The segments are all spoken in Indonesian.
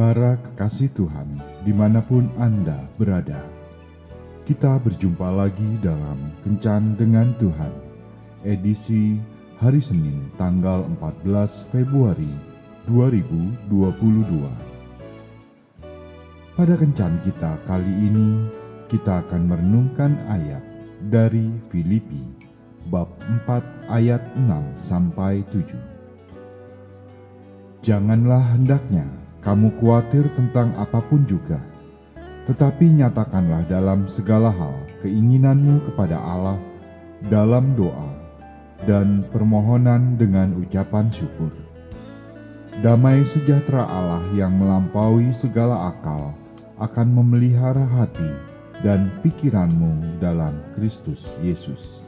Para kekasih Tuhan, dimanapun Anda berada, kita berjumpa lagi dalam Kencan dengan Tuhan, edisi hari Senin tanggal 14 Februari 2022. Pada Kencan kita kali ini, kita akan merenungkan ayat dari Filipi, bab 4 ayat 6-7. Janganlah hendaknya kamu khawatir tentang apapun juga, tetapi nyatakanlah dalam segala hal keinginanmu kepada Allah dalam doa dan permohonan dengan ucapan syukur. Damai sejahtera Allah yang melampaui segala akal akan memelihara hati dan pikiranmu dalam Kristus Yesus.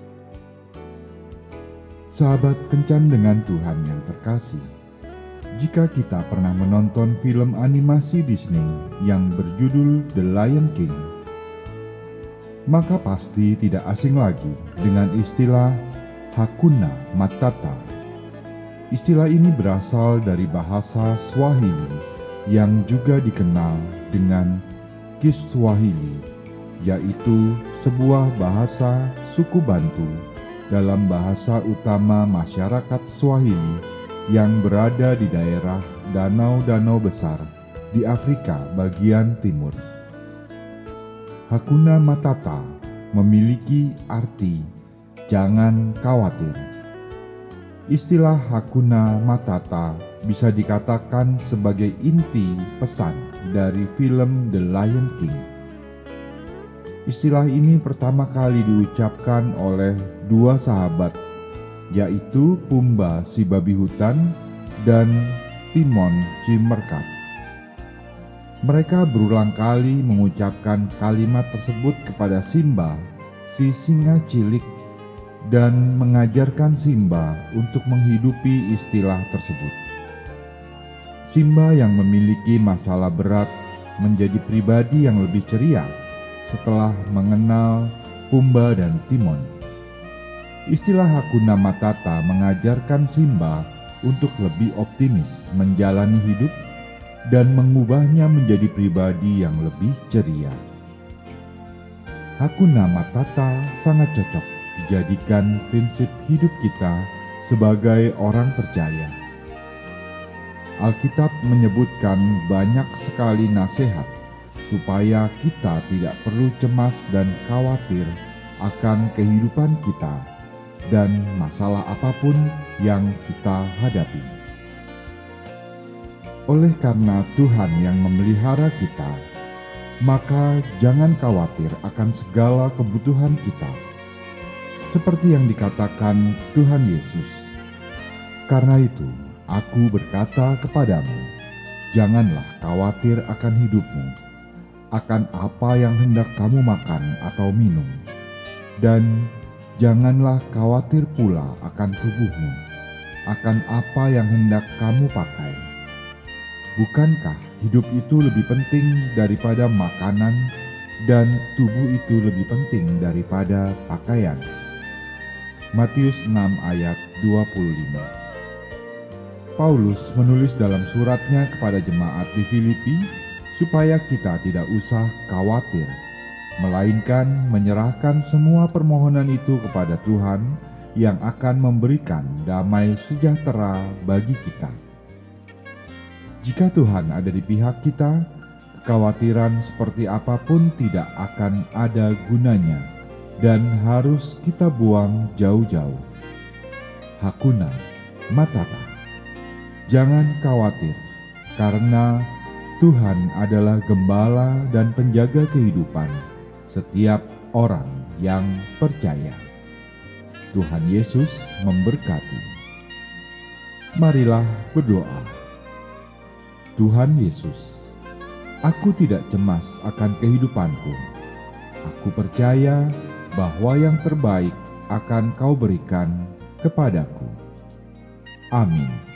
Sahabat Kencan dengan Tuhan yang terkasih, jika kita pernah menonton film animasi Disney yang berjudul The Lion King, maka pasti tidak asing lagi dengan istilah Hakuna Matata. Istilah ini berasal dari bahasa Swahili yang juga dikenal dengan Kiswahili, yaitu sebuah bahasa suku Bantu dalam bahasa utama masyarakat Swahili yang berada di daerah danau-danau besar di Afrika bagian timur. Hakuna Matata memiliki arti jangan khawatir. Istilah Hakuna Matata bisa dikatakan sebagai inti pesan dari film The Lion King. Istilah ini pertama kali diucapkan oleh dua sahabat, yaitu Pumba si babi hutan dan Timon si merkat. Mereka berulang kali mengucapkan kalimat tersebut kepada Simba si singa cilik dan mengajarkan Simba untuk menghidupi istilah tersebut. Simba yang memiliki masalah berat menjadi pribadi yang lebih ceria setelah mengenal Pumba dan Timon. Istilah Hakuna Matata mengajarkan Simba untuk lebih optimis menjalani hidup dan mengubahnya menjadi pribadi yang lebih ceria. Hakuna Matata sangat cocok dijadikan prinsip hidup kita sebagai orang percaya. Alkitab menyebutkan banyak sekali nasihat supaya kita tidak perlu cemas dan khawatir akan kehidupan kita dan masalah apapun yang kita hadapi. Oleh karena Tuhan yang memelihara kita, maka jangan khawatir akan segala kebutuhan kita. Seperti yang dikatakan Tuhan Yesus, "Karena itu, aku berkata kepadamu, janganlah khawatir akan hidupmu, akan apa yang hendak kamu makan atau minum, dan janganlah khawatir pula akan tubuhmu, akan apa yang hendak kamu pakai. Bukankah hidup itu lebih penting daripada makanan, dan tubuh itu lebih penting daripada pakaian?" Matius 6 ayat 25. Paulus menulis dalam suratnya kepada jemaat di Filipi supaya kita tidak usah khawatir, melainkan menyerahkan semua permohonan itu kepada Tuhan yang akan memberikan damai sejahtera bagi kita. Jika Tuhan ada di pihak kita, kekhawatiran seperti apapun tidak akan ada gunanya dan harus kita buang jauh-jauh. Hakuna Matata. Jangan khawatir, karena Tuhan adalah gembala dan penjaga kehidupan setiap orang yang percaya. Tuhan Yesus memberkati. Marilah berdoa. Tuhan Yesus, aku tidak cemas akan kehidupanku. Aku percaya bahwa yang terbaik akan Kau berikan kepadaku. Amin.